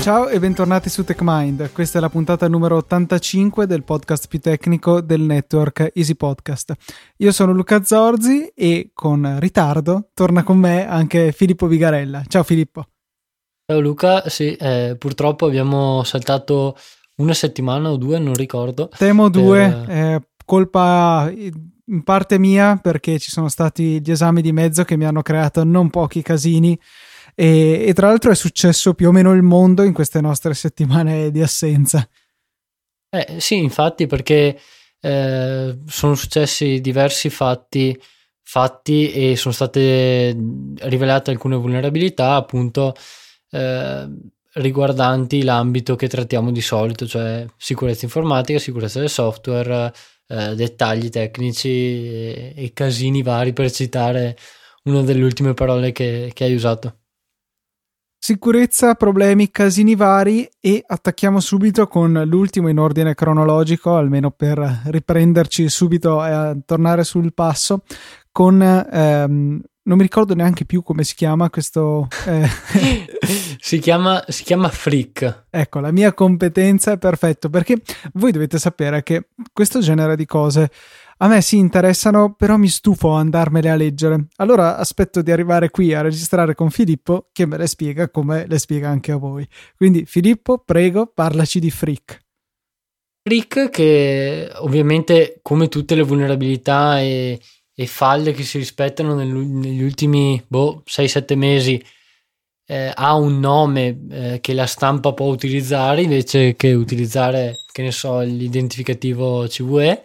Ciao e bentornati su TechMind. Questa è la puntata numero 85 del podcast più tecnico del network Easy Podcast. Io sono Luca Zorzi e con ritardo torna con me anche Filippo Vigarella. Ciao Filippo. Ciao Luca, sì, purtroppo abbiamo saltato una settimana o due, non ricordo. Temo due, colpa in parte mia perché ci sono stati gli esami di mezzo che mi hanno creato non pochi casini e tra l'altro è successo più o meno il mondo in queste nostre settimane di assenza. Sì, infatti, perché sono successi diversi fatti e sono state rivelate alcune vulnerabilità, appunto, riguardanti l'ambito che trattiamo di solito, cioè sicurezza informatica, sicurezza del software, dettagli tecnici e casini vari, per citare una delle ultime parole che hai usato. Sicurezza, problemi, casini vari e attacchiamo subito con l'ultimo in ordine cronologico, almeno per riprenderci subito e tornare sul passo, con non mi ricordo neanche più come si chiama questo si chiama Freak. Ecco, la mia competenza è perfetto, perché voi dovete sapere che questo genere di cose a me si interessano, però mi stufo andarmele a leggere. Allora aspetto di arrivare qui a registrare con Filippo che me le spiega come le spiega anche a voi. Quindi Filippo, prego, parlaci di Freak. Freak, che ovviamente, come tutte le vulnerabilità e falle che si rispettano negli ultimi 6-7 mesi, ha un nome che la stampa può utilizzare invece che utilizzare, che ne so, l'identificativo CVE.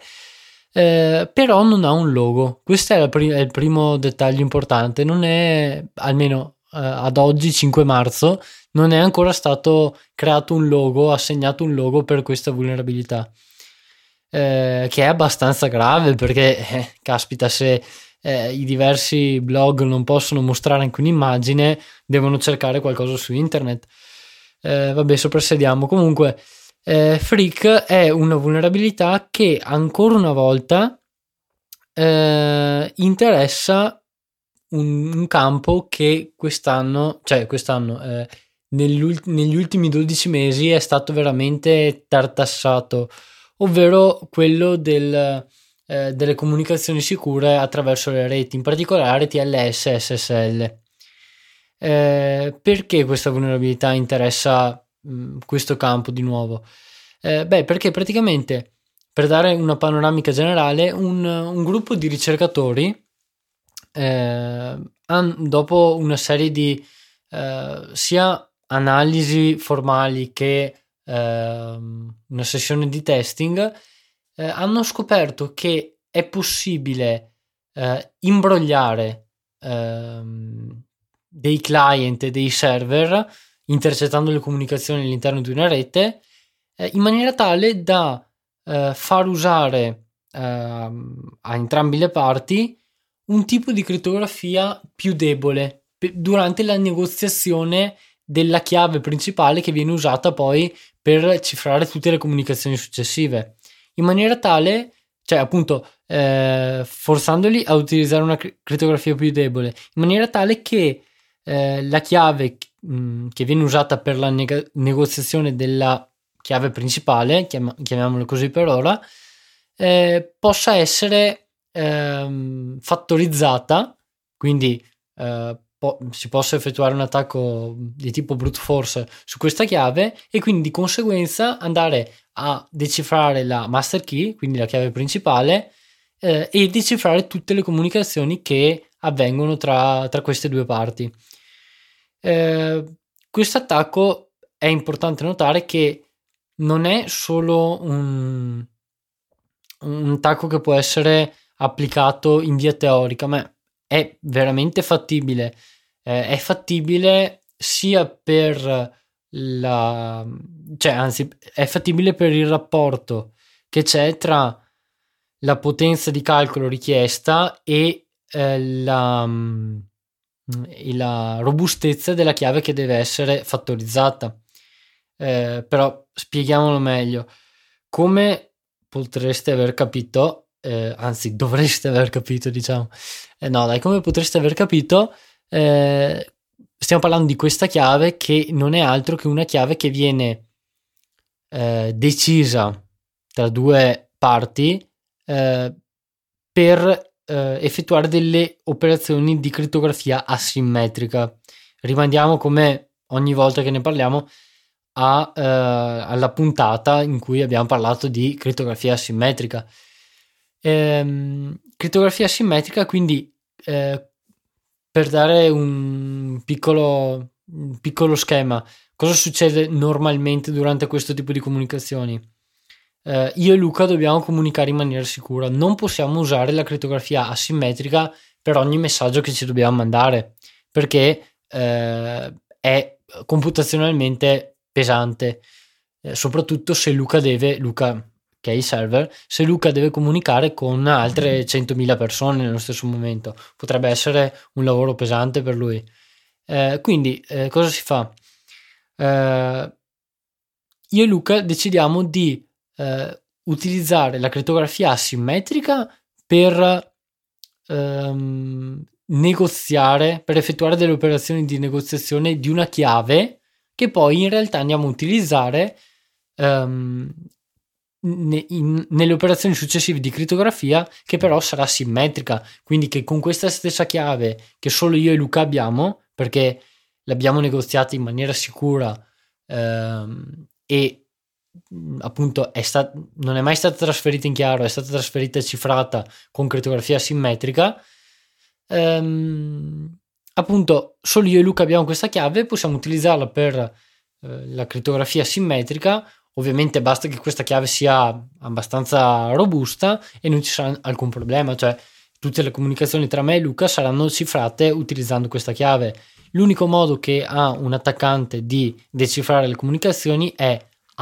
Però non ha un logo. Questo è il primo dettaglio importante. Non è, almeno ad oggi 5 marzo, non è ancora stato creato un logo, assegnato un logo per questa vulnerabilità, che è abbastanza grave, perché caspita, se i diversi blog non possono mostrare anche un'immagine, devono cercare qualcosa su internet. Vabbè, soprassediamo. Comunque, Freak è una vulnerabilità che ancora una volta interessa un campo che negli ultimi 12 mesi è stato veramente tartassato, ovvero quello delle comunicazioni sicure attraverso le reti, in particolare TLS e SSL. Perché questa vulnerabilità interessa questo campo di nuovo? Perché praticamente, per dare una panoramica generale, un gruppo di ricercatori, dopo una serie di sia analisi formali che una sessione di testing, hanno scoperto che è possibile imbrogliare dei client e dei server, intercettando le comunicazioni all'interno di una rete, in maniera tale da far usare a entrambi le parti un tipo di crittografia più debole durante la negoziazione della chiave principale, che viene usata poi per cifrare tutte le comunicazioni successive, in maniera tale, cioè appunto forzandoli a utilizzare una crittografia più debole, in maniera tale che la chiave che viene usata per la negoziazione della chiave principale, chiamiamola così per ora, possa essere fattorizzata, quindi si possa effettuare un attacco di tipo brute force su questa chiave, e quindi di conseguenza andare a decifrare la master key, quindi la chiave principale, e decifrare tutte le comunicazioni che avvengono tra queste due parti. Questo attacco, è importante notare che non è solo un attacco che può essere applicato in via teorica, ma è veramente fattibile. È fattibile sia per è fattibile per il rapporto che c'è tra la potenza di calcolo richiesta e la robustezza della chiave che deve essere fattorizzata. Però spieghiamolo meglio. Come potreste aver capito, anzi dovreste aver capito, diciamo, come potreste aver capito, stiamo parlando di questa chiave che non è altro che una chiave che viene decisa tra due parti per effettuare delle operazioni di crittografia asimmetrica. Rimandiamo, come ogni volta che ne parliamo, alla puntata in cui abbiamo parlato di crittografia asimmetrica. Crittografia asimmetrica, quindi per dare un piccolo schema, cosa succede normalmente durante questo tipo di comunicazioni? Io e Luca dobbiamo comunicare in maniera sicura, non possiamo usare la crittografia asimmetrica per ogni messaggio che ci dobbiamo mandare, perché è computazionalmente pesante, soprattutto se Luca che è il server, se Luca deve comunicare con altre 100.000 persone nello stesso momento, potrebbe essere un lavoro pesante per lui. Quindi cosa si fa? Io e Luca decidiamo di utilizzare la crittografia asimmetrica per negoziare, per effettuare delle operazioni di negoziazione di una chiave che poi in realtà andiamo a utilizzare nelle operazioni successive di crittografia, che però sarà simmetrica, quindi che con questa stessa chiave che solo io e Luca abbiamo, perché l'abbiamo negoziata in maniera sicura e appunto non è mai stata trasferita in chiaro, è stata trasferita e cifrata con crittografia simmetrica. Appunto solo io e Luca abbiamo questa chiave, possiamo utilizzarla per la crittografia simmetrica. Ovviamente basta che questa chiave sia abbastanza robusta e non ci sarà alcun problema, cioè tutte le comunicazioni tra me e Luca saranno cifrate utilizzando questa chiave. L'unico modo che ha un attaccante di decifrare le comunicazioni è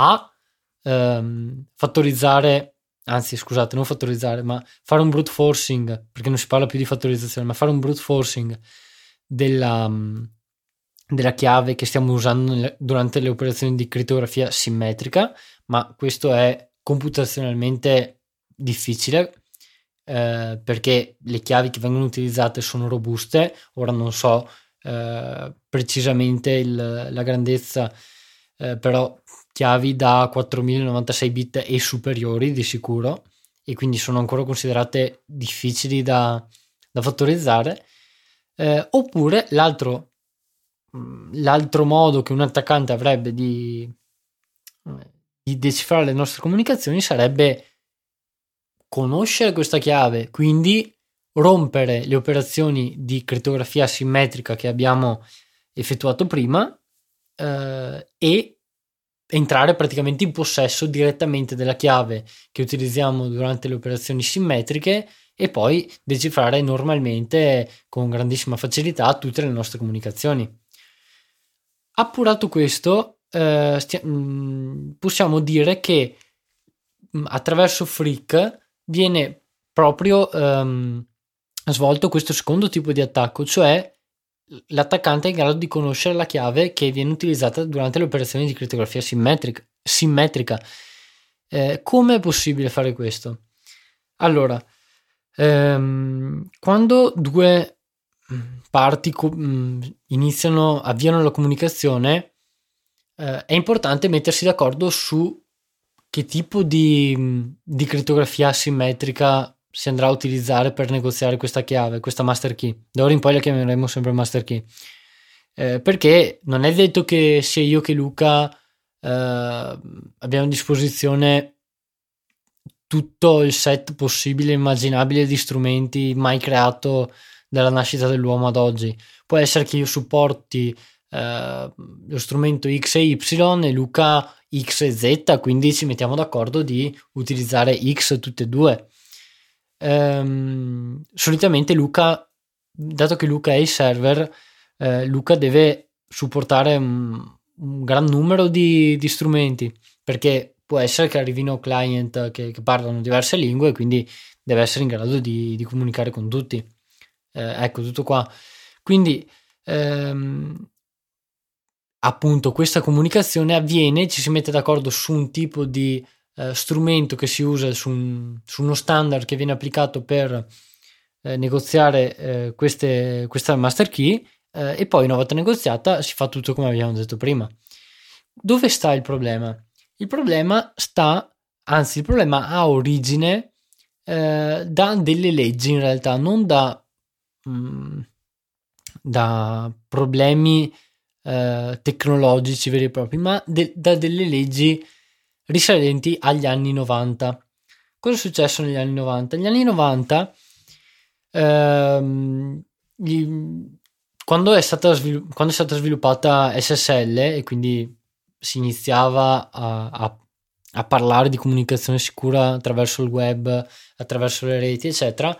fattorizzare, anzi scusate, non fattorizzare, ma fare un brute forcing, perché non si parla più di fattorizzazione, ma fare un brute forcing della chiave che stiamo usando durante le operazioni di crittografia simmetrica, ma questo è computazionalmente difficile perché le chiavi che vengono utilizzate sono robuste. Ora non so precisamente la grandezza, però chiavi da 4096 bit e superiori di sicuro, e quindi sono ancora considerate difficili da fattorizzare. Oppure l'altro modo che un attaccante avrebbe di decifrare le nostre comunicazioni sarebbe conoscere questa chiave, quindi rompere le operazioni di crittografia simmetrica che abbiamo effettuato prima e entrare praticamente in possesso direttamente della chiave che utilizziamo durante le operazioni simmetriche e poi decifrare normalmente con grandissima facilità tutte le nostre comunicazioni. Appurato questo, possiamo dire che attraverso Freak viene proprio svolto questo secondo tipo di attacco, cioè l'attaccante è in grado di conoscere la chiave che viene utilizzata durante le operazioni di crittografia simmetrica. Come è possibile fare questo? Allora, quando due parti avviano la comunicazione, è importante mettersi d'accordo su che tipo di crittografia asimmetrica si andrà a utilizzare per negoziare questa chiave, questa master key. Da ora in poi la chiameremo sempre master key, perché non è detto che sia io che Luca abbiamo a disposizione tutto il set possibile e immaginabile di strumenti mai creato dalla nascita dell'uomo ad oggi. Può essere che io supporti lo strumento X e Y e Luca X e Z, quindi ci mettiamo d'accordo di utilizzare X tutte e due. Solitamente Luca, dato che Luca è il server, Luca deve supportare un gran numero di strumenti, perché può essere che arrivino client che parlano diverse lingue, quindi deve essere in grado di comunicare con tutti. Ecco, tutto qua. Quindi appunto questa comunicazione avviene, ci si mette d'accordo su un tipo di strumento che si usa, su uno standard che viene applicato per negoziare questa master key. e poi una volta negoziata si fa tutto come abbiamo detto prima. Dove sta il problema? Il problema ha origine da delle leggi, in realtà, non da problemi tecnologici veri e propri, ma da delle leggi risalenti agli anni 90. Cosa è successo negli anni 90? Negli anni 90, quando è stata sviluppata SSL, e quindi si iniziava a parlare di comunicazione sicura attraverso il web, attraverso le reti, eccetera,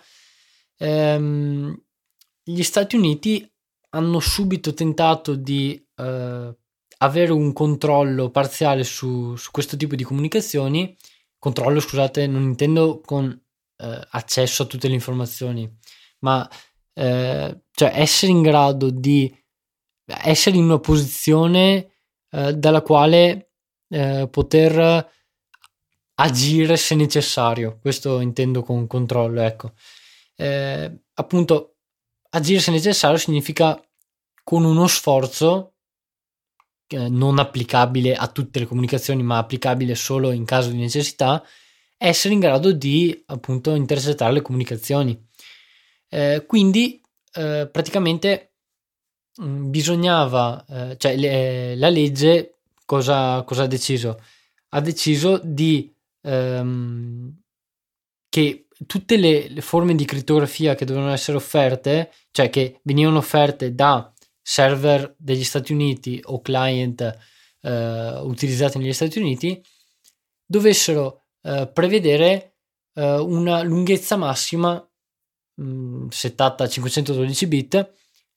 gli Stati Uniti hanno subito tentato di avere un controllo parziale su questo tipo di comunicazioni. Controllo, scusate, non intendo con accesso a tutte le informazioni, ma cioè essere in grado di essere in una posizione dalla quale poter agire se necessario. Questo intendo con controllo, ecco. Appunto, agire se necessario significa con uno sforzo non applicabile a tutte le comunicazioni, ma applicabile solo in caso di necessità, essere in grado di appunto intercettare le comunicazioni. Quindi praticamente bisognava, cioè la legge cosa ha deciso? Ha deciso di che tutte le forme di crittografia che dovevano essere offerte, cioè che venivano offerte da server degli Stati Uniti o client utilizzati negli Stati Uniti, dovessero prevedere una lunghezza massima settata a 512 bit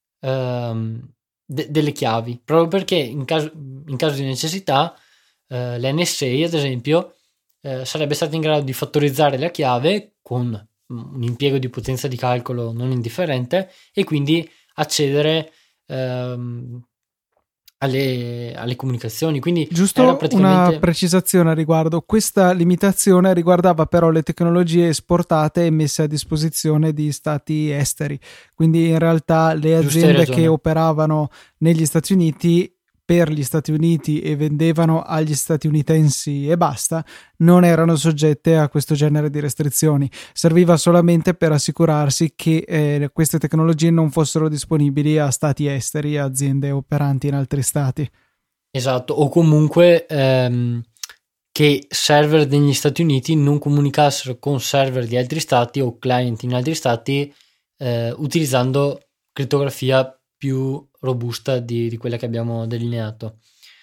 delle chiavi, proprio perché in caso di necessità l'NSA, ad esempio, sarebbe stato in grado di fattorizzare la chiave con un impiego di potenza di calcolo non indifferente e quindi accedere alle comunicazioni. Quindi giusto era praticamente una precisazione a riguardo: questa limitazione riguardava però le tecnologie esportate e messe a disposizione di stati esteri, quindi in realtà le aziende che operavano negli Stati Uniti per gli Stati Uniti e vendevano agli statunitensi e basta, non erano soggette a questo genere di restrizioni. Serviva solamente per assicurarsi che queste tecnologie non fossero disponibili a stati esteri, a aziende operanti in altri stati. Esatto, o comunque che server degli Stati Uniti non comunicassero con server di altri stati o client in altri stati utilizzando crittografia più robusta di quella che abbiamo delineato.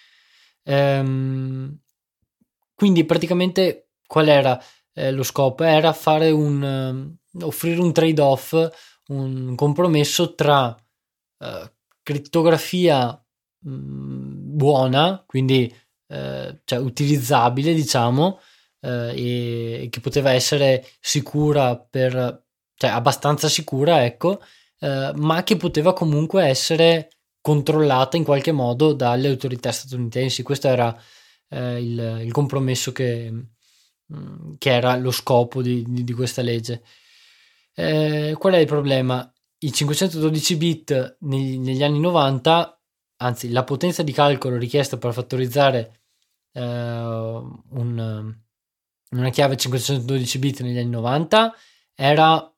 Quindi praticamente qual era lo scopo? Era fare offrire un trade-off, un compromesso tra crittografia buona, quindi cioè utilizzabile, diciamo, e che poteva essere sicura cioè abbastanza sicura, ecco, ma che poteva comunque essere controllata in qualche modo dalle autorità statunitensi. Questo era il compromesso che era lo scopo di questa legge. Qual è il problema? I 512 bit negli anni 90, anzi la potenza di calcolo richiesta per fattorizzare una chiave 512 bit negli anni 90 era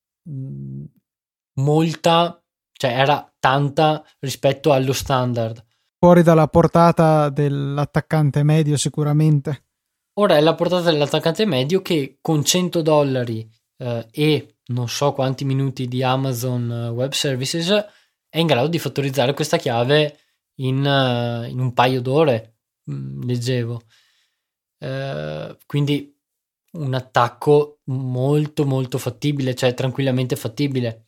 era tanta rispetto allo standard. Fuori dalla portata dell'attaccante medio sicuramente. Ora è la portata dell'attaccante medio che con $100 e non so quanti minuti di Amazon Web Services è in grado di fattorizzare questa chiave in un paio d'ore, leggevo. Quindi un attacco molto molto fattibile, cioè tranquillamente fattibile.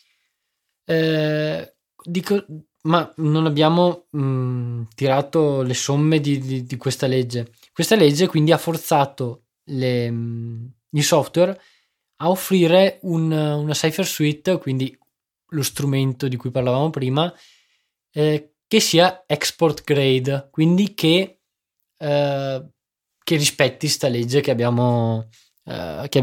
Ma non abbiamo tirato le somme di questa legge. Questa legge quindi ha forzato i software a offrire una cipher suite, quindi lo strumento di cui parlavamo prima, che sia export grade, quindi che rispetti sta legge che abbiamo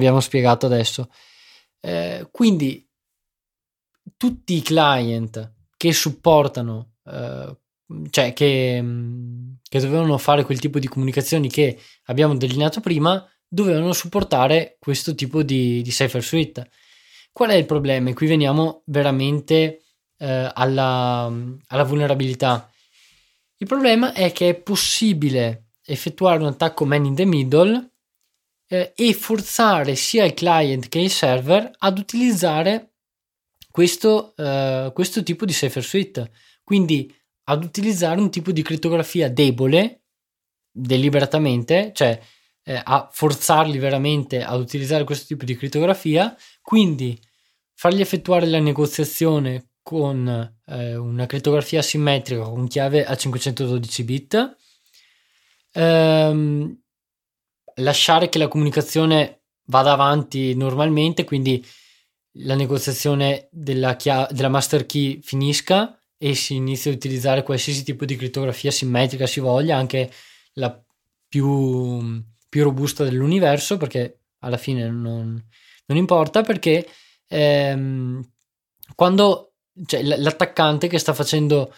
spiegato adesso. Quindi tutti i client che supportano, cioè che dovevano fare quel tipo di comunicazioni che abbiamo delineato prima, dovevano supportare questo tipo di Cypher Suite. Qual è il problema? E qui veniamo veramente alla vulnerabilità. Il problema è che è possibile effettuare un attacco man in the middle e forzare sia il client che il server ad utilizzare questo tipo di Cypher Suite, quindi ad utilizzare un tipo di crittografia debole deliberatamente, cioè a forzarli veramente ad utilizzare questo tipo di crittografia, quindi fargli effettuare la negoziazione con una crittografia asimmetrica con chiave a 512 bit, lasciare che la comunicazione vada avanti normalmente, quindi la negoziazione della master key finisca e si inizia a utilizzare qualsiasi tipo di crittografia simmetrica si voglia, anche la più robusta dell'universo, perché alla fine non importa, perché quando cioè, l'attaccante che sta facendo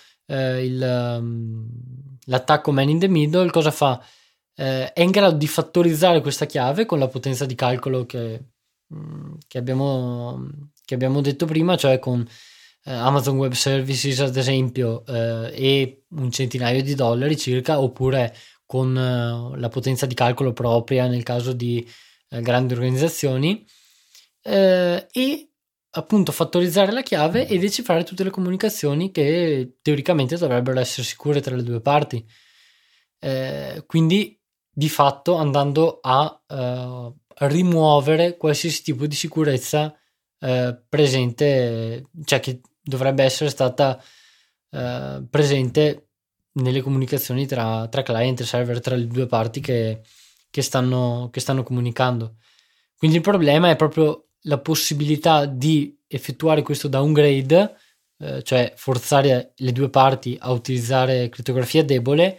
l'attacco man in the middle cosa fa? È in grado di fattorizzare questa chiave con la potenza di calcolo che abbiamo detto prima, cioè con Amazon Web Services ad esempio, e $100 circa, oppure con la potenza di calcolo propria nel caso di grandi organizzazioni, e appunto fattorizzare la chiave e decifrare tutte le comunicazioni che teoricamente dovrebbero essere sicure tra le due parti, quindi di fatto andando a rimuovere qualsiasi tipo di sicurezza presente, cioè che dovrebbe essere stata presente nelle comunicazioni tra client e server, tra le due parti che stanno comunicando. Quindi il problema è proprio la possibilità di effettuare questo downgrade, cioè forzare le due parti a utilizzare crittografia debole,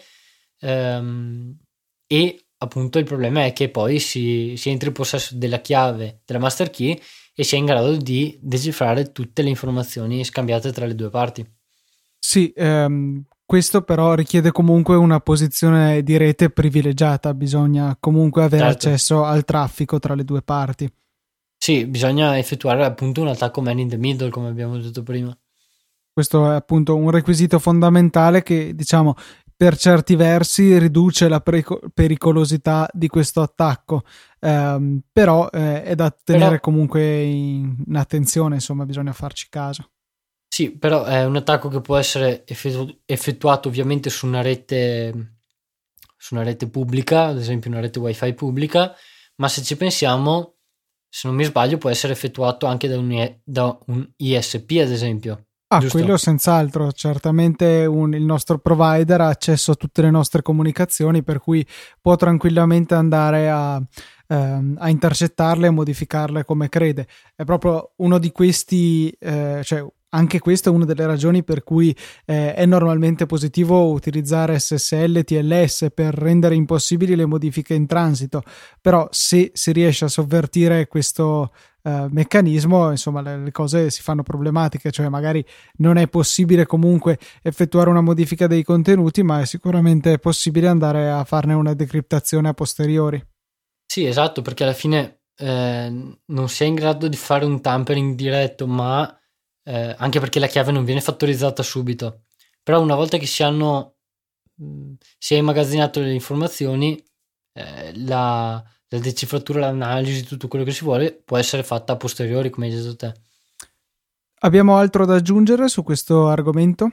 e appunto il problema è che poi si entra in possesso della chiave della master key e si è in grado di decifrare tutte le informazioni scambiate tra le due parti. Sì, questo però richiede comunque una posizione di rete privilegiata, bisogna comunque avere accesso al traffico tra le due parti. Sì, bisogna effettuare appunto un attacco man in the middle, come abbiamo detto prima. Questo è appunto un requisito fondamentale che, diciamo, per certi versi riduce la pericolosità di questo attacco, però è da tenere comunque in attenzione, insomma, bisogna farci caso. Sì, però è un attacco che può essere effettuato ovviamente su una rete pubblica, ad esempio una rete wifi pubblica, ma se ci pensiamo, se non mi sbaglio, può essere effettuato anche da un ISP, ad esempio. Giusto? Quello senz'altro, certamente il nostro provider ha accesso a tutte le nostre comunicazioni, per cui può tranquillamente andare a intercettarle e modificarle come crede. È proprio uno di questi, cioè anche questa è una delle ragioni per cui è normalmente positivo utilizzare SSL, TLS per rendere impossibili le modifiche in transito, però se si riesce a sovvertire questo meccanismo, insomma le cose si fanno problematiche, cioè magari non è possibile comunque effettuare una modifica dei contenuti, ma è sicuramente possibile andare a farne una decriptazione a posteriori. Sì, esatto, perché alla fine non si è in grado di fare un tampering diretto, ma anche perché la chiave non viene fattorizzata subito, però una volta che si è immagazzinato le informazioni, la decifratura, l'analisi, tutto quello che si vuole può essere fatta a posteriori, come hai detto te. Abbiamo altro da aggiungere su questo argomento?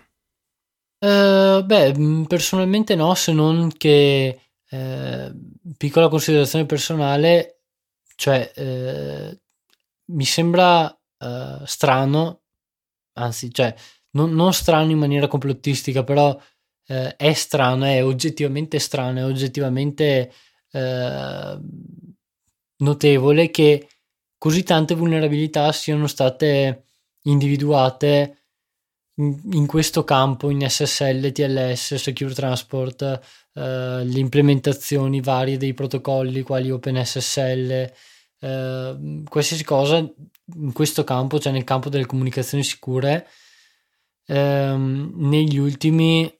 Personalmente no, se non che piccola considerazione personale, cioè mi sembra strano, anzi, cioè non strano in maniera complottistica, però è strano, è oggettivamente strano, è oggettivamente notevole che così tante vulnerabilità siano state individuate in questo campo, in SSL, TLS, Secure Transport, le implementazioni varie dei protocolli quali OpenSSL, qualsiasi cosa in questo campo, cioè nel campo delle comunicazioni sicure, negli ultimi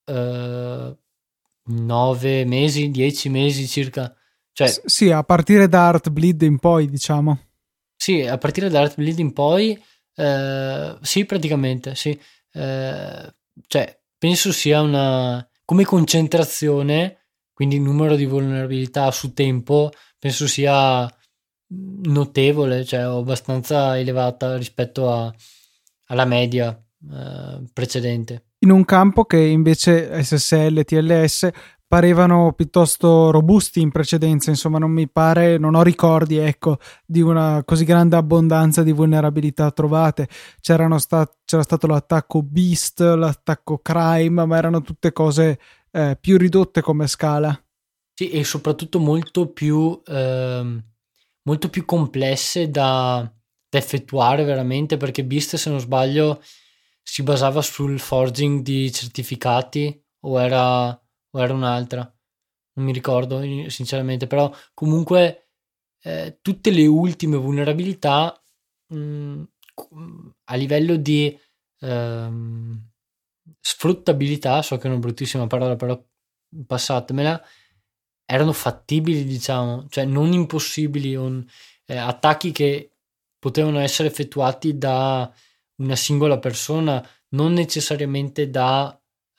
9 mesi, 10 mesi circa. Cioè, sì, a partire da Heartbleed in poi, diciamo. Sì, a partire da Heartbleed in poi, sì, praticamente, sì. Cioè, penso sia una... come concentrazione, quindi numero di vulnerabilità su tempo, penso sia notevole, cioè abbastanza elevata rispetto alla media precedente. In un campo che invece SSL, TLS parevano piuttosto robusti in precedenza, insomma non mi pare, non ho ricordi, ecco, di una così grande abbondanza di vulnerabilità trovate. C'era stato l'attacco Beast, l'attacco Crime, ma erano tutte cose più ridotte come scala. Sì, e soprattutto molto più complesse da effettuare veramente, perché Beast, se non sbaglio, si basava sul forging di certificati o era un'altra, non mi ricordo sinceramente, però comunque tutte le ultime vulnerabilità a livello di sfruttabilità, so che è una bruttissima parola, però passatemela, erano fattibili, diciamo, cioè non impossibili, attacchi che potevano essere effettuati da una singola persona, non necessariamente da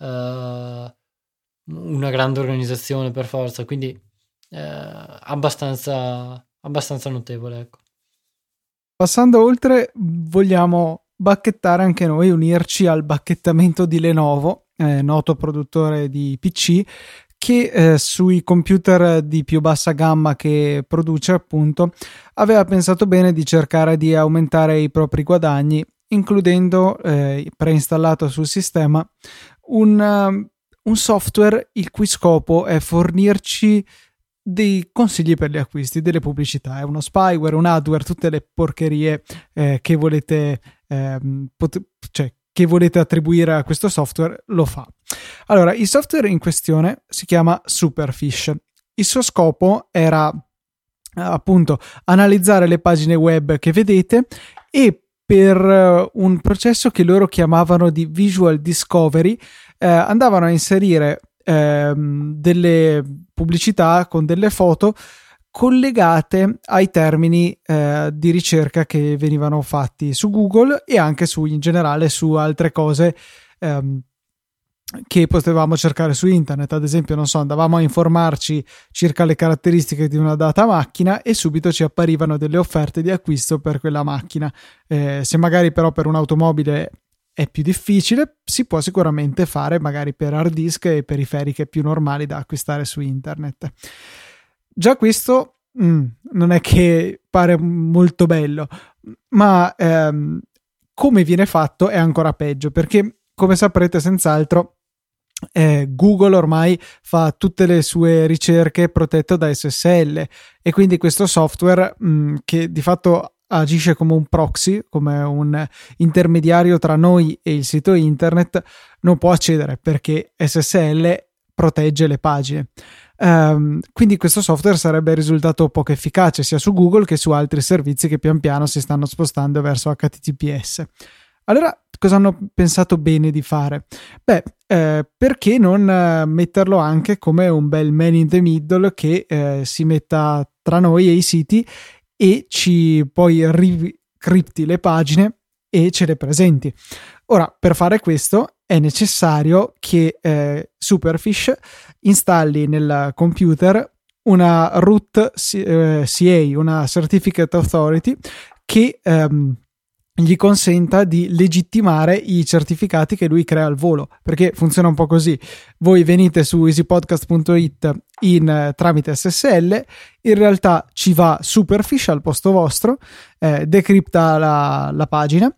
una grande organizzazione per forza, quindi abbastanza notevole, ecco. Passando oltre, vogliamo bacchettare anche noi, unirci al bacchettamento di Lenovo, noto produttore di PC, che sui computer di più bassa gamma che produce, appunto, aveva pensato bene di cercare di aumentare i propri guadagni, includendo preinstallato sul sistema un software il cui scopo è fornirci dei consigli per gli acquisti, delle pubblicità. È uno spyware, un adware, tutte le porcherie che volete che volete attribuire a questo software lo fa. Allora, il software in questione si chiama Superfish. Il suo scopo era appunto analizzare le pagine web che vedete e per un processo che loro chiamavano di visual discovery andavano a inserire delle pubblicità con delle foto collegate ai termini di ricerca che venivano fatti su Google e anche in generale su altre cose che potevamo cercare su internet. Ad esempio, non so, andavamo a informarci circa le caratteristiche di una data macchina e subito ci apparivano delle offerte di acquisto per quella macchina. Se magari però per un'automobile è più difficile, si può sicuramente fare magari per hard disk e periferiche più normali da acquistare su internet. Già questo non è che pare molto bello, ma come viene fatto è ancora peggio, perché come saprete senz'altro Google ormai fa tutte le sue ricerche protette da SSL e quindi questo software che di fatto agisce come un proxy, come un intermediario tra noi e il sito internet, non può accedere perché SSL protegge le pagine. Quindi questo software sarebbe risultato poco efficace sia su Google che su altri servizi che pian piano si stanno spostando verso HTTPS. Allora, cosa hanno pensato bene di fare? Beh, perché non metterlo anche come un bel man in the middle che si metta tra noi e i siti e ci poi ricripti le pagine e ce le presenti. Ora, per fare questo è necessario che Superfish installi nel computer una root CA, una Certificate Authority, che gli consenta di legittimare i certificati che lui crea al volo, perché funziona un po' così: voi venite su easypodcast.it tramite SSL, in realtà ci va Superfish al posto vostro, decripta la pagina,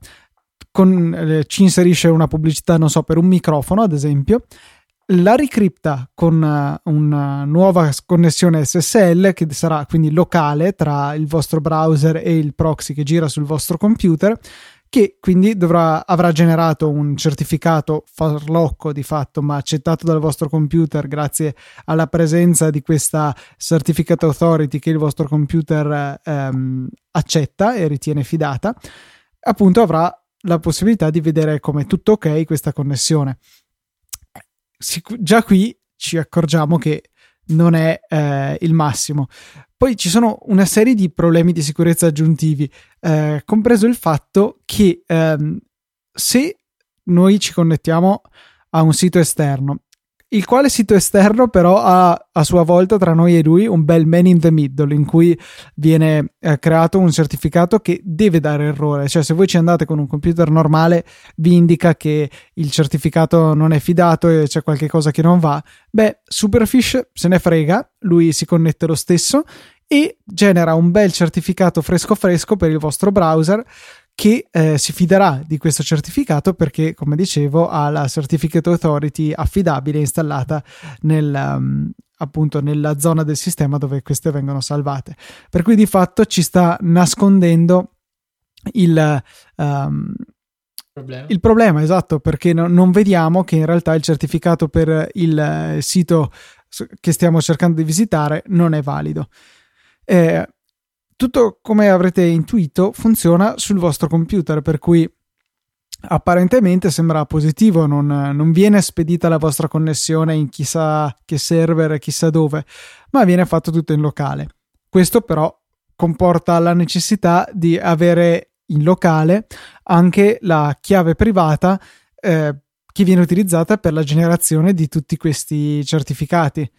ci inserisce una pubblicità, non so, per un microfono ad esempio, la ricripta con una nuova connessione SSL che sarà quindi locale tra il vostro browser e il proxy che gira sul vostro computer, che quindi avrà generato un certificato farlocco di fatto, ma accettato dal vostro computer grazie alla presenza di questa Certificate Authority che il vostro computer accetta e ritiene fidata. Appunto avrà la possibilità di vedere come tutto ok questa connessione. Già qui ci accorgiamo che non è il massimo. Poi ci sono una serie di problemi di sicurezza aggiuntivi, compreso il fatto che se noi ci connettiamo a un sito esterno, il quale sito esterno però ha a sua volta tra noi e lui un bel man in the middle, in cui viene creato un certificato che deve dare errore. Cioè, se voi ci andate con un computer normale, vi indica che il certificato non è fidato e c'è qualche cosa che non va. Beh, Superfish se ne frega, lui si connette lo stesso e genera un bel certificato fresco per il vostro browser, che si fiderà di questo certificato perché, come dicevo, ha la Certificate Authority affidabile installata appunto nella zona del sistema dove queste vengono salvate. Per cui di fatto ci sta nascondendo il problema, esatto, perché non vediamo che in realtà il certificato per il sito che stiamo cercando di visitare non è valido. Tutto, come avrete intuito, funziona sul vostro computer, per cui apparentemente sembra positivo, non viene spedita la vostra connessione in chissà che server, chissà dove, ma viene fatto tutto in locale. Questo però comporta la necessità di avere in locale anche la chiave privata che viene utilizzata per la generazione di tutti questi certificati.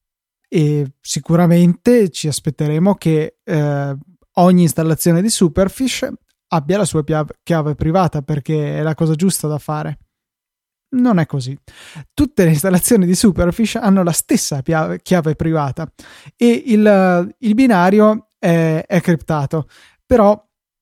E sicuramente ci aspetteremo che ogni installazione di Superfish abbia la sua chiave privata, perché è la cosa giusta da fare. Non è così. Tutte le installazioni di Superfish hanno la stessa chiave privata e il binario è criptato, però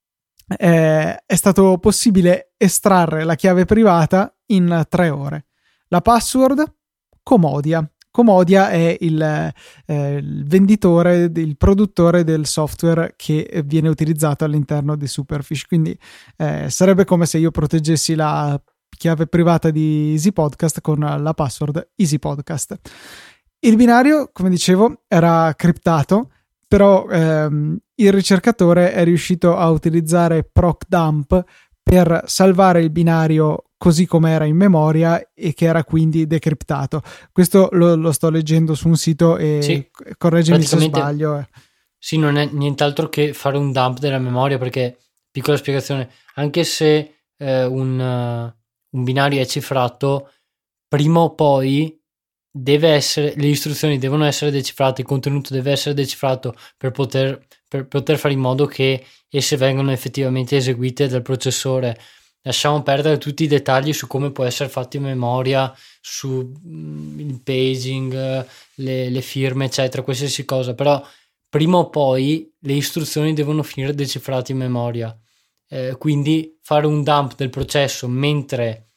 è stato possibile estrarre la chiave privata in 3 ore. La password, Comodia. Comodia è il venditore, il produttore del software che viene utilizzato all'interno di Superfish. Quindi sarebbe come se io proteggessi la chiave privata di Easy Podcast con la password Easy Podcast. Il binario, come dicevo, era criptato, però il ricercatore è riuscito a utilizzare procdump per salvare il binario così come era in memoria e che era quindi decriptato. Questo lo sto leggendo su un sito e sì, correggimi se sbaglio. Sì, non è nient'altro che fare un dump della memoria, perché, piccola spiegazione, anche se un binario è cifrato, prima o poi le istruzioni devono essere decifrate, il contenuto deve essere decifrato per poter fare in modo che esse vengano effettivamente eseguite dal processore. Lasciamo perdere tutti i dettagli su come può essere fatto in memoria, su il paging, le firme, eccetera, qualsiasi cosa, però prima o poi le istruzioni devono finire decifrate in memoria. Quindi fare un dump del processo mentre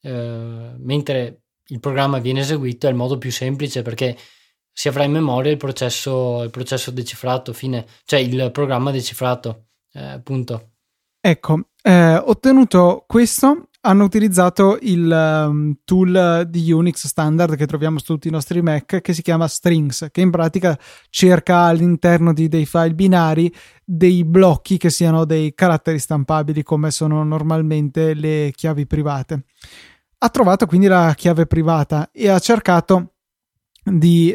il programma viene eseguito è il modo più semplice, perché si avrà in memoria il processo decifrato, fine, cioè il programma decifrato, punto. Ecco, ottenuto questo, hanno utilizzato il tool di Unix standard che troviamo su tutti i nostri Mac, che si chiama Strings, che in pratica cerca all'interno dei file binari dei blocchi che siano dei caratteri stampabili, come sono normalmente le chiavi private. Ha trovato quindi la chiave privata e ha cercato di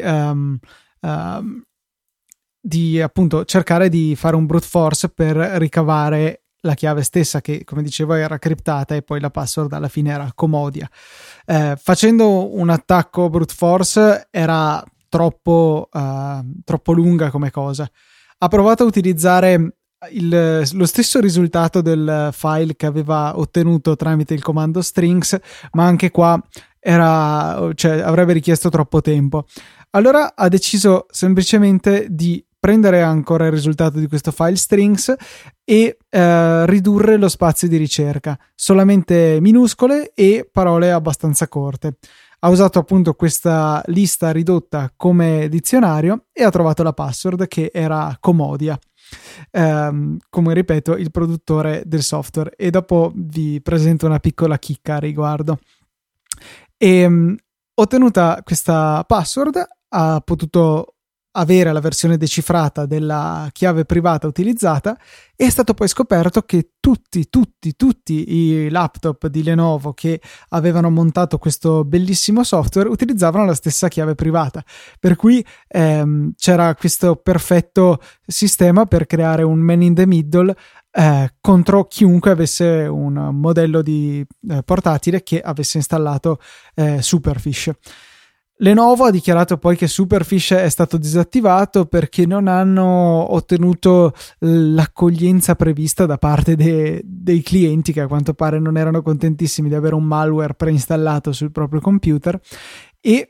appunto cercare di fare un brute force per ricavare la chiave stessa, che come dicevo era criptata, e poi la password alla fine era Comodia. Facendo un attacco brute force era troppo lunga come cosa. Ha provato a utilizzare lo stesso risultato del file che aveva ottenuto tramite il comando strings, ma anche qua avrebbe richiesto troppo tempo. Allora ha deciso semplicemente di prendere ancora il risultato di questo file strings e ridurre lo spazio di ricerca, solamente minuscole e parole abbastanza corte. Ha usato appunto questa lista ridotta come dizionario e ha trovato la password, che era Comodia, come ripeto il produttore del software, e dopo vi presento una piccola chicca a riguardo. Ottenuta questa password ha potuto avere la versione decifrata della chiave privata utilizzata, e è stato poi scoperto che tutti i laptop di Lenovo che avevano montato questo bellissimo software utilizzavano la stessa chiave privata, per cui c'era questo perfetto sistema per creare un man in the middle contro chiunque avesse un modello di portatile che avesse installato Superfish. Lenovo ha dichiarato poi che Superfish è stato disattivato perché non hanno ottenuto l'accoglienza prevista da parte dei clienti, che a quanto pare non erano contentissimi di avere un malware preinstallato sul proprio computer, e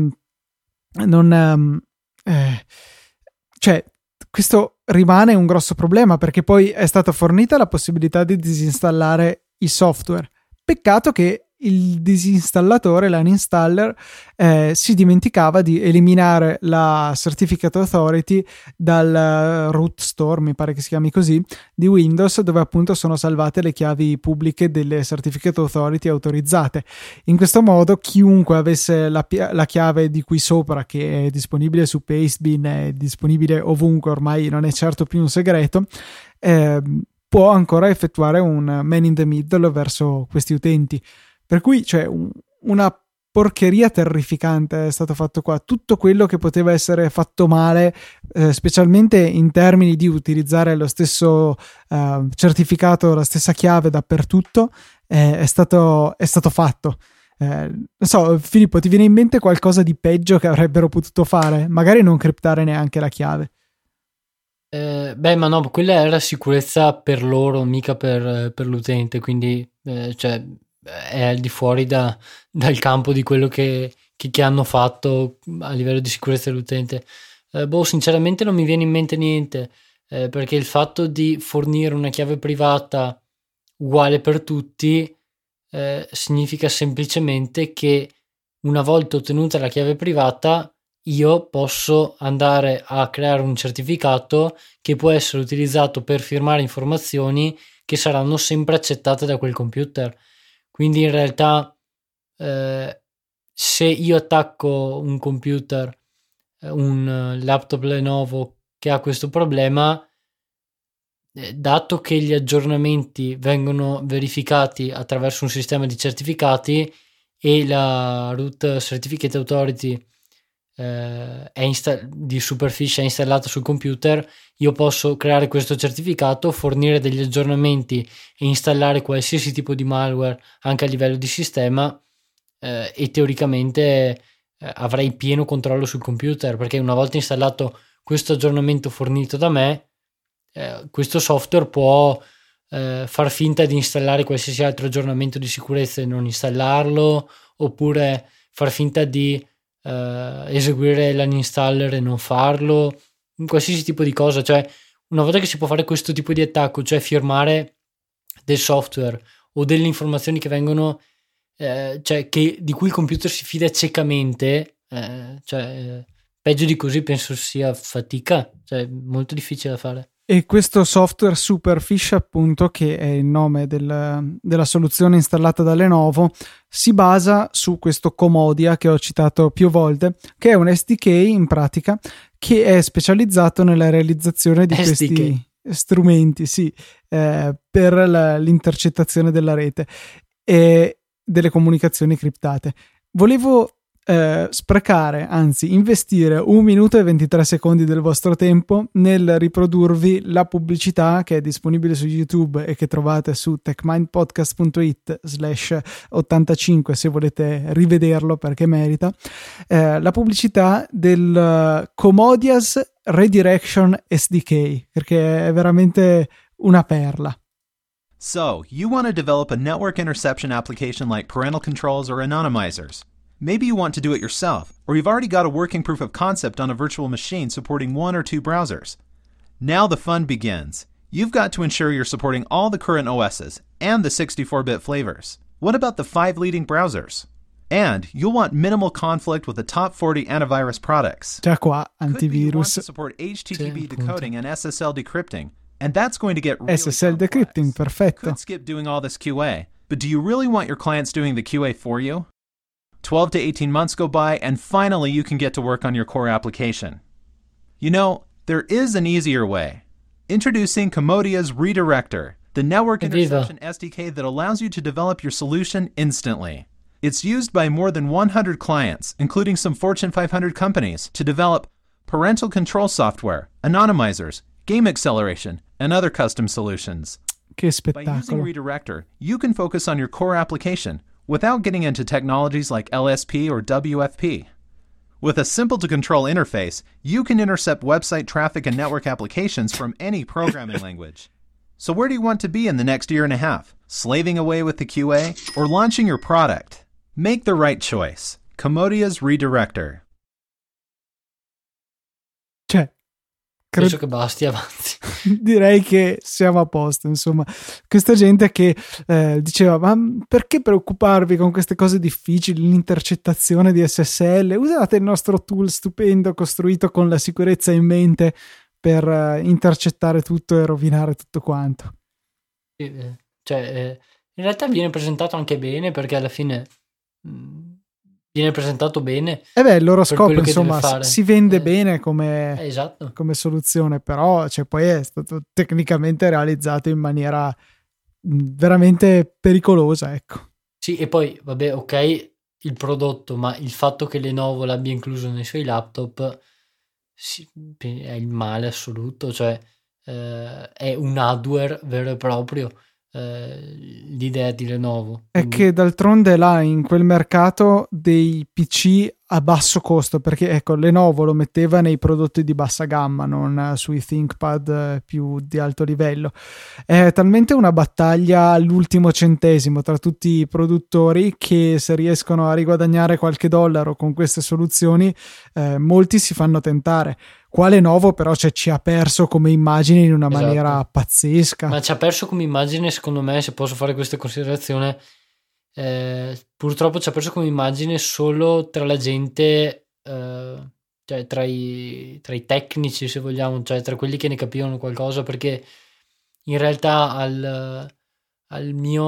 cioè questo rimane un grosso problema, perché poi è stata fornita la possibilità di disinstallare il software. Peccato che il disinstallatore, l'uninstaller, si dimenticava di eliminare la Certificate Authority dal root store, mi pare che si chiami così, di Windows, dove appunto sono salvate le chiavi pubbliche delle Certificate Authority autorizzate. In questo modo chiunque avesse la chiave di qui sopra, che è disponibile su Pastebin, è disponibile ovunque, ormai non è certo più un segreto, può ancora effettuare un man in the middle verso questi utenti. Per cui c'è una porcheria terrificante è stato fatto qua. Tutto quello che poteva essere fatto male, specialmente in termini di utilizzare lo stesso certificato, la stessa chiave dappertutto, è stato fatto. Non so, Filippo, ti viene in mente qualcosa di peggio che avrebbero potuto fare? Magari non criptare neanche la chiave. Ma no, quella era sicurezza per loro, mica per l'utente, quindi cioè è al di fuori dal campo di quello che hanno fatto a livello di sicurezza dell'utente. Sinceramente non mi viene in mente niente, perché il fatto di fornire una chiave privata uguale per tutti significa semplicemente che una volta ottenuta la chiave privata io posso andare a creare un certificato che può essere utilizzato per firmare informazioni che saranno sempre accettate da quel computer. Quindi in realtà se io attacco un computer, un laptop Lenovo che ha questo problema, dato che gli aggiornamenti vengono verificati attraverso un sistema di certificati e la Root Certificate Authority di Superfish è installata sul computer, io posso creare questo certificato, fornire degli aggiornamenti e installare qualsiasi tipo di malware anche a livello di sistema, e teoricamente avrei pieno controllo sul computer, perché una volta installato questo aggiornamento fornito da me, questo software può far finta di installare qualsiasi altro aggiornamento di sicurezza e non installarlo, oppure far finta di eseguire l'uninstaller e non farlo, qualsiasi tipo di cosa. Cioè, una volta che si può fare questo tipo di attacco, cioè firmare del software o delle informazioni che vengono cioè di cui il computer si fida ciecamente, peggio di così penso sia fatica, cioè molto difficile da fare. E questo software Superfish, appunto, che è il nome della soluzione installata da Lenovo, si basa su questo Comodia che ho citato più volte, che è un SDK in pratica che è specializzato nella realizzazione di questi strumenti, sì, per l'intercettazione della rete e delle comunicazioni criptate. Volevo sprecare, anzi investire 1 minuto e 23 secondi del vostro tempo nel riprodurvi la pubblicità che è disponibile su YouTube e che trovate su techmindpodcast.it/85 se volete rivederlo, perché merita, la pubblicità del Comodia's Redirection SDK, perché è veramente una perla. So, you want to develop a network interception application like parental controls or anonymizers. Maybe you want to do it yourself, or you've already got a working proof of concept on a virtual machine supporting 1 or 2 browsers. Now the fun begins. You've got to ensure you're supporting all the current OSs and the 64-bit flavors. What about the 5 leading browsers? And you'll want minimal conflict with the top 40 antivirus products. Già qua, antivirus. Could be you want to support HTTP decoding and SSL decrypting, and that's going to get really SSL decrypting, perfetto. Could skip doing all this QA, but do you really want your clients doing the QA for you? 12 to 18 months go by, and finally you can get to work on your core application. You know, there is an easier way. Introducing Comodia's Redirector, the network interception SDK that allows you to develop your solution instantly. It's used by more than 100 clients, including some Fortune 500 companies, to develop parental control software, anonymizers, game acceleration, and other custom solutions. Che spettacolo. By using Redirector, you can focus on your core application without getting into technologies like LSP or WFP. With a simple-to-control interface, you can intercept website traffic and network applications from any programming language. So where do you want to be in the next year and a half? Slaving away with the QA or launching your product? Make the right choice. Comodia's Redirector. Cioè, penso che basti, avanti. Direi che siamo a posto, insomma. Questa gente che diceva: ma perché preoccuparvi con queste cose difficili, l'intercettazione di SSL? Usate il nostro tool stupendo costruito con la sicurezza in mente per intercettare tutto e rovinare tutto quanto. Cioè, in realtà viene presentato anche bene, perché alla fine viene presentato bene. Il loro scopo, insomma, si vende bene come, esatto, come soluzione, però cioè, poi è stato tecnicamente realizzato in maniera veramente pericolosa, ecco. Sì, e poi, vabbè, ok, il prodotto, ma il fatto che Lenovo l'abbia incluso nei suoi laptop è il male assoluto, cioè è un hardware vero e proprio. L'idea di Lenovo è che d'altronde là in quel mercato dei PC a basso costo, perché ecco Lenovo lo metteva nei prodotti di bassa gamma, non sui ThinkPad più di alto livello. È talmente una battaglia all'ultimo centesimo tra tutti i produttori che se riescono a riguadagnare qualche dollaro con queste soluzioni molti si fanno tentare. Qua Lenovo però ci ha perso come immagine in una maniera pazzesca. Ma ci ha perso come immagine, secondo me, se posso fare questa considerazione, purtroppo ci ha perso come immagine solo tra la gente, cioè tra i tecnici, se vogliamo, cioè tra quelli che ne capivano qualcosa, perché in realtà al mio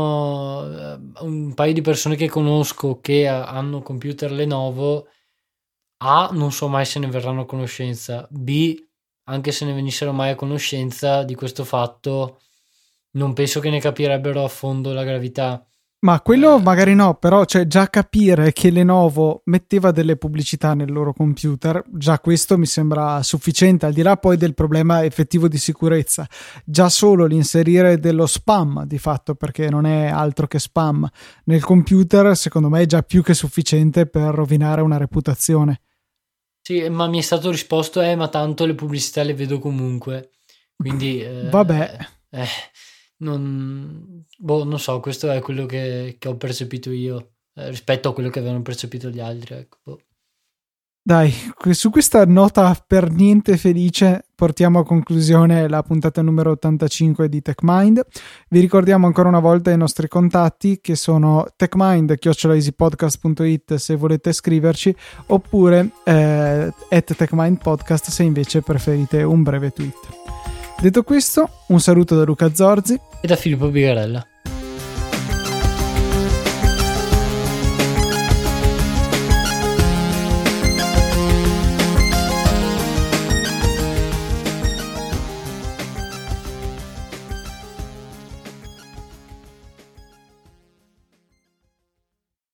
un paio di persone che conosco che hanno computer Lenovo, A, non so mai se ne verranno a conoscenza, B, anche se ne venissero mai a conoscenza di questo fatto, non penso che ne capirebbero a fondo la gravità. Ma quello magari no, però cioè, già capire che Lenovo metteva delle pubblicità nel loro computer, già questo mi sembra sufficiente, al di là poi del problema effettivo di sicurezza. Già solo l'inserire dello spam, di fatto, perché non è altro che spam, nel computer, secondo me è già più che sufficiente per rovinare una reputazione. Sì, ma mi è stato risposto, ma tanto le pubblicità le vedo comunque. Quindi... vabbè. Non so, questo è quello che ho percepito io rispetto a quello che avevano percepito gli altri, ecco. Dai, su questa nota per niente felice portiamo a conclusione la puntata numero 85 di TechMind. Vi ricordiamo ancora una volta i nostri contatti, che sono techmind@easypodcast.it se volete scriverci, oppure @techmindpodcast se invece preferite un breve tweet. Detto questo, un saluto da Luca Zorzi e da Filippo Bigarella.